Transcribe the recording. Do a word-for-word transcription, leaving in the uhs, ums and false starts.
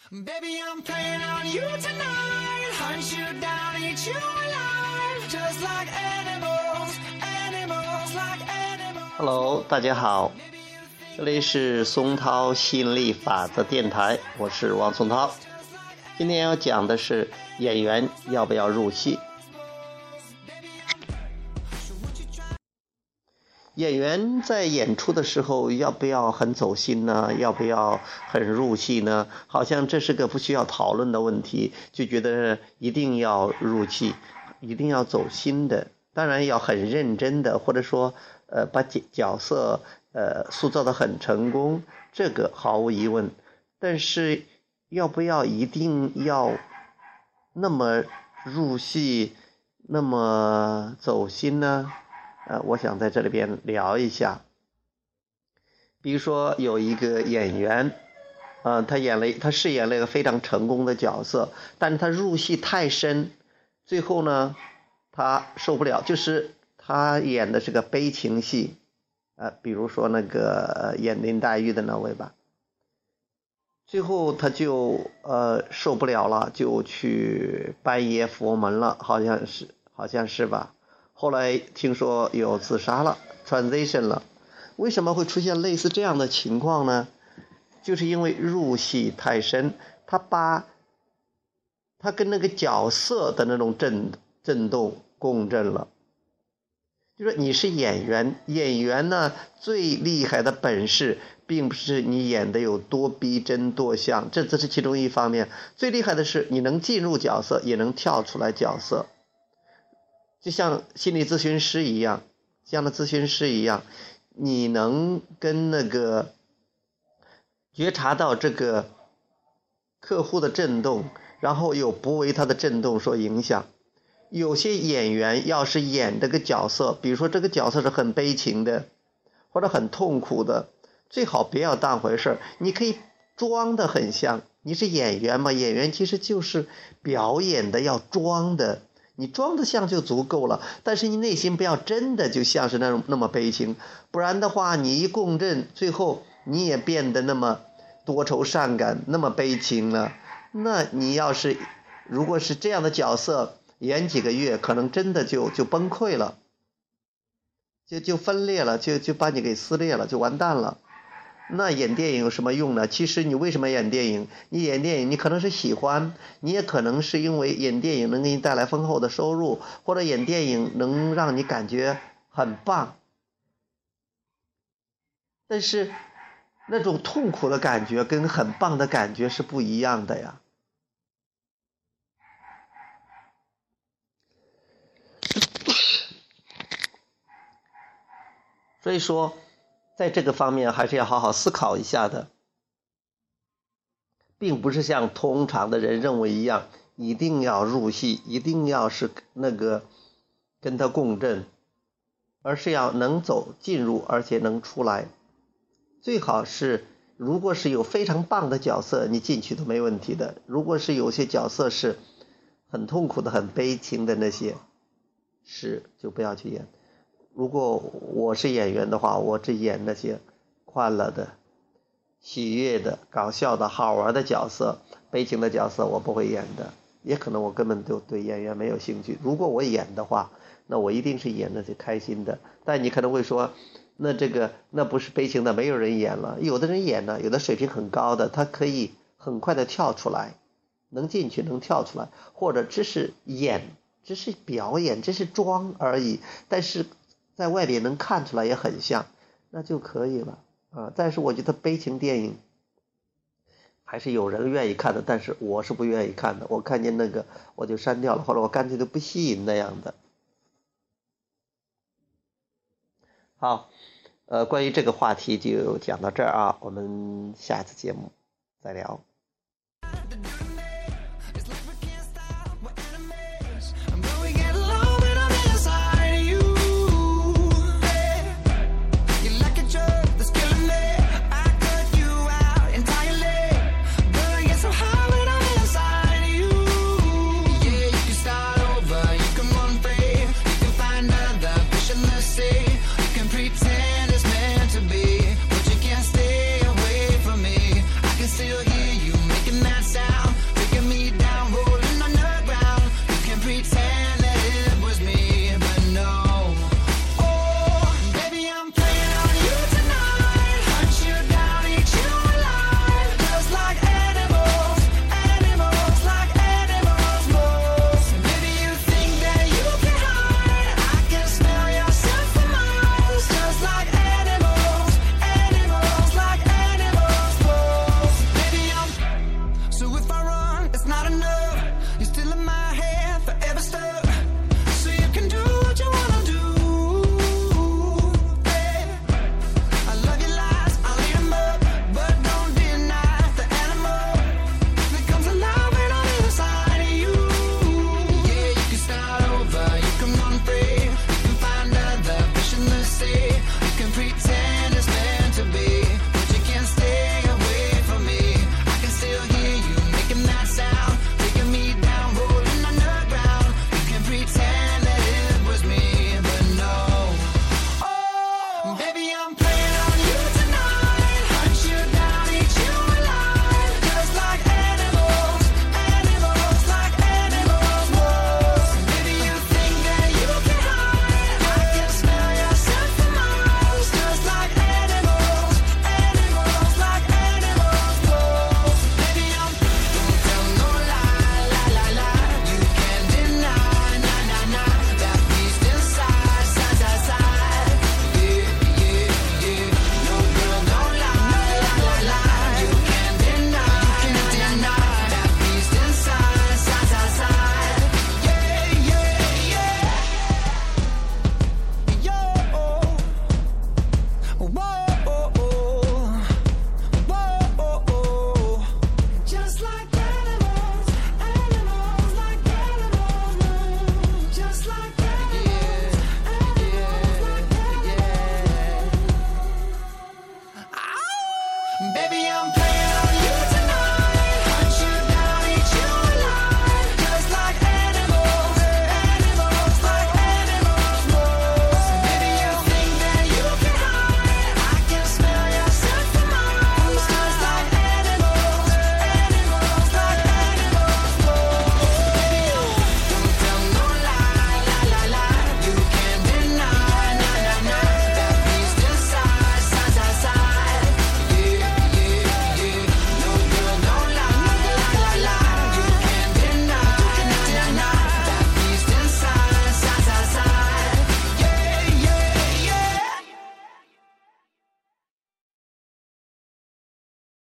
Baby, I'm playing on you tonight. Hunt you down, eat you alive. Just like animals, animals like animals. Hello， 大家好，这里是松涛吸引力法则电台，我是王松涛。今天要讲的是演员要不要入戏。演员在演出的时候要不要很走心呢？要不要很入戏呢？好像这是个不需要讨论的问题，就觉得一定要入戏，一定要走心的，当然要很认真的，或者说呃把角色呃塑造得很成功，这个毫无疑问。但是要不要一定要那么入戏，那么走心呢？呃，我想在这里边聊一下。比如说有一个演员，呃，他演了，他饰演了一个非常成功的角色，但是他入戏太深，最后呢，他受不了，就是他演的是个悲情戏，呃，比如说那个演林黛玉的那位吧，最后他就呃受不了了，就去拜谒佛门了，好像是，好像是吧。后来听说有自杀了 transition 了。为什么会出现类似这样的情况呢？就是因为入戏太深，他把他跟那个角色的那种震震动共振了。就说你是演员，演员呢最厉害的本事并不是你演的有多逼真多像，这只是其中一方面，最厉害的是你能进入角色，也能跳出来角色。就像心理咨询师一样，这样的咨询师一样，你能跟那个觉察到这个客户的震动，然后又不为他的震动所影响。有些演员要是演这个角色，比如说这个角色是很悲情的，或者很痛苦的，最好不要当回事，你可以装得很像。你是演员嘛，演员其实就是表演的，要装的。你装得像就足够了，但是你内心不要真的就像是那种那么悲情，不然的话你一共振，最后你也变得那么多愁善感，那么悲情了。那你要是如果是这样的角色演几个月，可能真的就就崩溃了，就就分裂了，就就把你给撕裂了，就完蛋了。那演电影有什么用呢？其实你为什么演电影？你演电影你可能是喜欢，你也可能是因为演电影能给你带来丰厚的收入，或者演电影能让你感觉很棒。但是那种痛苦的感觉跟很棒的感觉是不一样的呀。所以说在这个方面还是要好好思考一下的，并不是像通常的人认为一样，一定要入戏，一定要是那个跟他共振，而是要能走进入，而且能出来。最好是如果是有非常棒的角色，你进去都没问题的。如果是有些角色是很痛苦的、很悲情的，那些是就不要去演。如果我是演员的话，我只演那些快乐的、喜悦的、搞笑的、好玩的角色，悲情的角色我不会演的，也可能我根本就对演员没有兴趣。如果我演的话，那我一定是演那些开心的。但你可能会说，那这个那不是悲情的，没有人演了。有的人演呢，有的水平很高的，他可以很快的跳出来，能进去能跳出来，或者只是演，只是表演，只是装而已，但是在外边能看出来也很像，那就可以了啊。但是我觉得悲情电影还是有人愿意看的，但是我是不愿意看的。我看见那个我就删掉了，或者我干脆就不吸引那样的。好，呃，关于这个话题就讲到这儿啊，我们下次节目再聊。